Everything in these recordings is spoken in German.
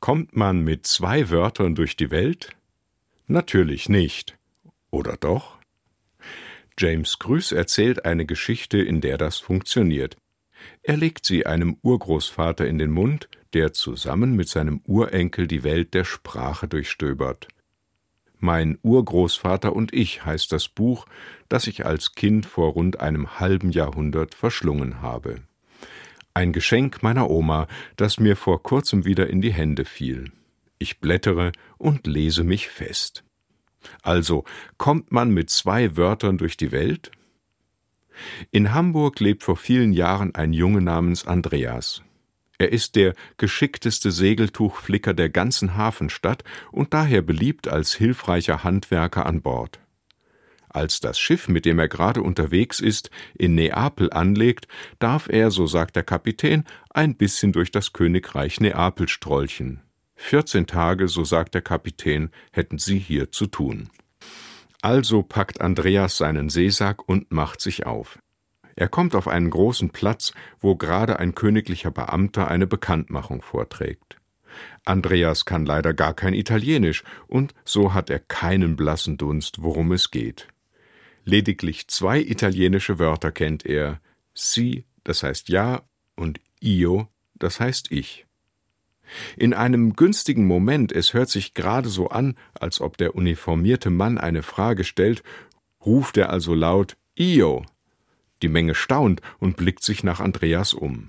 Kommt man mit 2 Wörtern durch die Welt? Natürlich nicht. Oder doch? James Grüß erzählt eine Geschichte, in der das funktioniert. Er legt sie einem Urgroßvater in den Mund, der zusammen mit seinem Urenkel die Welt der Sprache durchstöbert. »Mein Urgroßvater und ich« heißt das Buch, das ich als Kind vor rund einem halben Jahrhundert verschlungen habe. Ein Geschenk meiner Oma, das mir vor kurzem wieder in die Hände fiel. Ich blättere und lese mich fest. Also, kommt man mit 2 Wörtern durch die Welt? In Hamburg lebt vor vielen Jahren ein Junge namens Andreas. Er ist der geschickteste Segeltuchflicker der ganzen Hafenstadt und daher beliebt als hilfreicher Handwerker an Bord. Als das Schiff, mit dem er gerade unterwegs ist, in Neapel anlegt, darf er, so sagt der Kapitän, ein bisschen durch das Königreich Neapel strolchen. 14 Tage, so sagt der Kapitän, hätten sie hier zu tun. Also packt Andreas seinen Seesack und macht sich auf. Er kommt auf einen großen Platz, wo gerade ein königlicher Beamter eine Bekanntmachung vorträgt. Andreas kann leider gar kein Italienisch, und so hat er keinen blassen Dunst, worum es geht. Lediglich 2 italienische Wörter kennt er: si, das heißt ja, und io, das heißt ich. In einem günstigen Moment, es hört sich gerade so an, als ob der uniformierte Mann eine Frage stellt, ruft er also laut io. Die Menge staunt und blickt sich nach Andreas um.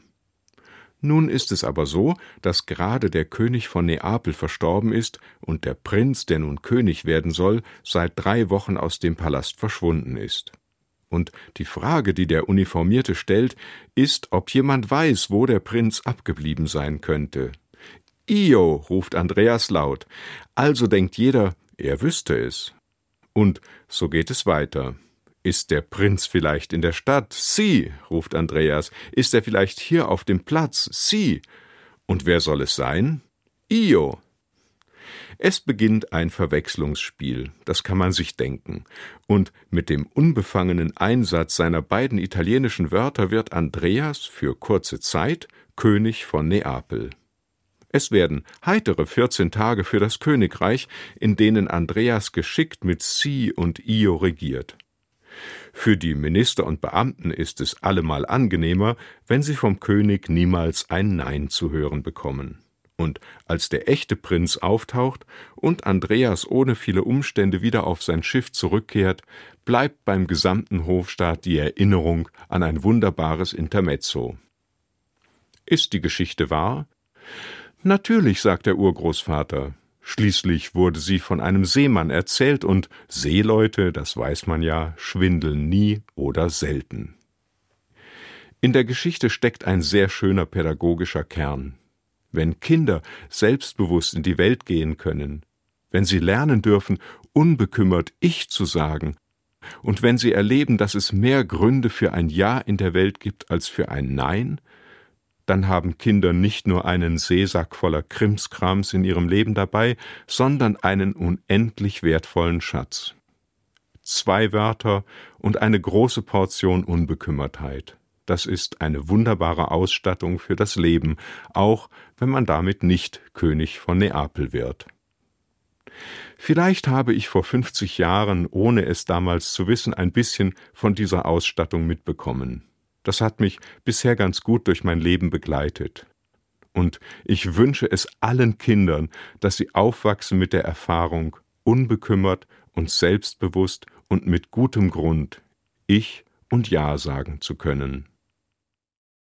Nun ist es aber so, dass gerade der König von Neapel verstorben ist und der Prinz, der nun König werden soll, seit 3 Wochen aus dem Palast verschwunden ist. Und die Frage, die der Uniformierte stellt, ist, ob jemand weiß, wo der Prinz abgeblieben sein könnte. »Io«, ruft Andreas laut. Also denkt jeder, er wüsste es. Und so geht es weiter. »Ist der Prinz vielleicht in der Stadt?« »Si«, ruft Andreas. »Ist er vielleicht hier auf dem Platz?« »Si«. Und wer soll es sein? »Io«. Es beginnt ein Verwechslungsspiel, das kann man sich denken. Und mit dem unbefangenen Einsatz seiner beiden italienischen Wörter wird Andreas für kurze Zeit König von Neapel. Es werden heitere 14 Tage für das Königreich, in denen Andreas geschickt mit Si und Io regiert. Für die Minister und Beamten ist es allemal angenehmer, wenn sie vom König niemals ein Nein zu hören bekommen. Und als der echte Prinz auftaucht und Andreas ohne viele Umstände wieder auf sein Schiff zurückkehrt, bleibt beim gesamten Hofstaat die Erinnerung an ein wunderbares Intermezzo. Ist die Geschichte wahr? Natürlich, sagt der Urgroßvater. Schließlich wurde sie von einem Seemann erzählt und Seeleute, das weiß man ja, schwindeln nie oder selten. In der Geschichte steckt ein sehr schöner pädagogischer Kern. Wenn Kinder selbstbewusst in die Welt gehen können, wenn sie lernen dürfen, unbekümmert Ich zu sagen, und wenn sie erleben, dass es mehr Gründe für ein Ja in der Welt gibt als für ein Nein, dann haben Kinder nicht nur einen Seesack voller Krimskrams in ihrem Leben dabei, sondern einen unendlich wertvollen Schatz. 2 Wörter und eine große Portion Unbekümmertheit. Das ist eine wunderbare Ausstattung für das Leben, auch wenn man damit nicht König von Neapel wird. Vielleicht habe ich vor 50 Jahren, ohne es damals zu wissen, ein bisschen von dieser Ausstattung mitbekommen. Das hat mich bisher ganz gut durch mein Leben begleitet. Und ich wünsche es allen Kindern, dass sie aufwachsen mit der Erfahrung, unbekümmert und selbstbewusst und mit gutem Grund Ich und Ja sagen zu können.